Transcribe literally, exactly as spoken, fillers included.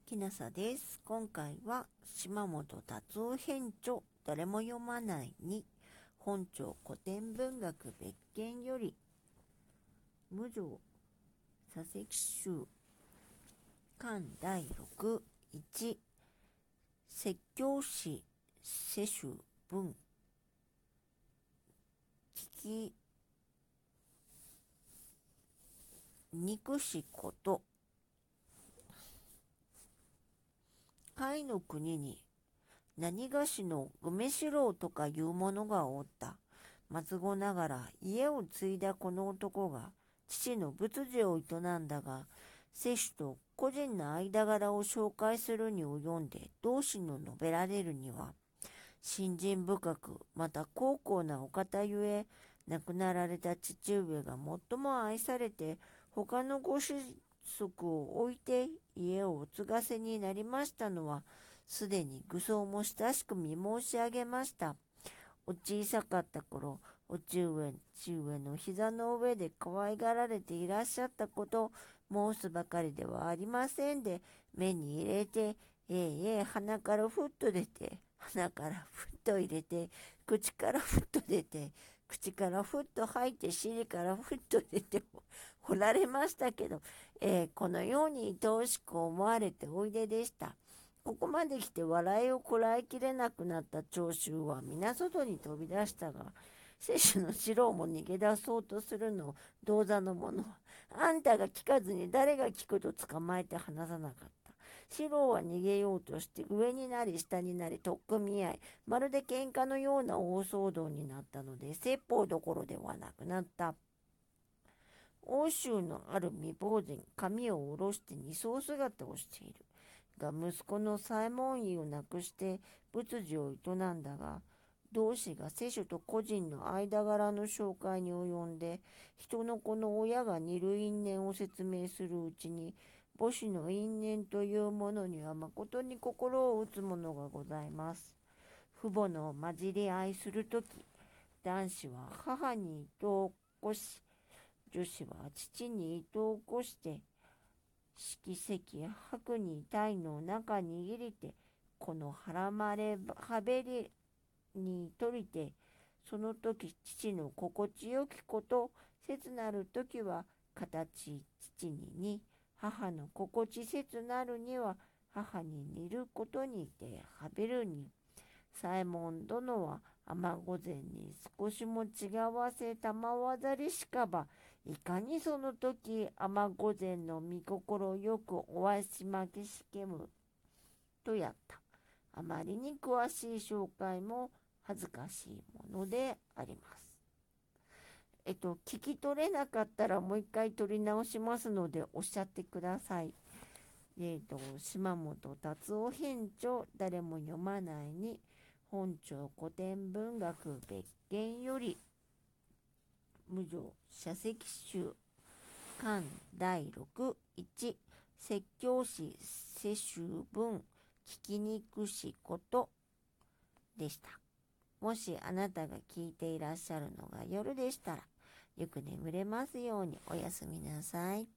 きなさです。今回は島本達夫編著誰も読まないに本庁古典文学別件より無常左石集巻だいろくいち説教師世襲文聞きにくしこと甲斐の国に何がしの梅四郎とかいうものがおった。末後ながら家を継いだこの男が父の仏事を営んだが、世主と個人の間柄を紹介するに及んで同志の述べられるには、信心深くまた高校なお方ゆえ、亡くなられた父上が最も愛されて、他のご子息を置いて家をお継がせになりましたのは、すでに愚僧も親しく見申し上げました。お小さかった頃、お父上、父上の膝の上で可愛がられていらっしゃったことを申すばかりではありませんで、目に入れて、ええええ、鼻からふっと出て、鼻からふっと入れて、口からふっと出て、口からふっと吐いて、尻からふっと出て、おられましたけど、えー、このように愛おしく思われておいででした。ここまで来て笑いをこらえきれなくなった長州は皆外に飛び出したが、摂取の四郎も逃げ出そうとするのを同座の者は、あんたが聞かずに誰が聞くと捕まえて離さなかった。四郎は逃げようとして上になり下になり取っ組み合い、まるで喧嘩のような大騒動になったので、説法どころではなくなった。欧州のある未亡人、髪を下ろして二層姿をしている。が息子の左衛門医を亡くして仏事を営んだが、同志が世主と個人の間柄の紹介に及んで、人の子の親が似る因縁を説明するうちに、母子の因縁というものには誠に心を打つものがございます。父母の混じり合いするとき、男子は母に糸を起こし、女子は父に糸を起こして、色石白に体の中握りて、この腹まれはべりに取りて、その時父の心地よきこと、切なる時は形父に似、母の心地切なるには母に似ることにてはべるに。左衛門殿は天御前に少しも違わせたまわざりしかば、いかにその時天御前の御心よくお足まきしけむとやった。あまりに詳しい紹介も恥ずかしいものであります。えっと、聞き取れなかったらもう一回取り直しますのでおっしゃってください。えっと、島本達夫編著誰も読まないに本庁古典文学別件より無常社石集巻だいろくいち説教師世襲文聞きにくしことでした。もしあなたが聞いていらっしゃるのが夜でしたら、よく眠れますようにおやすみなさい。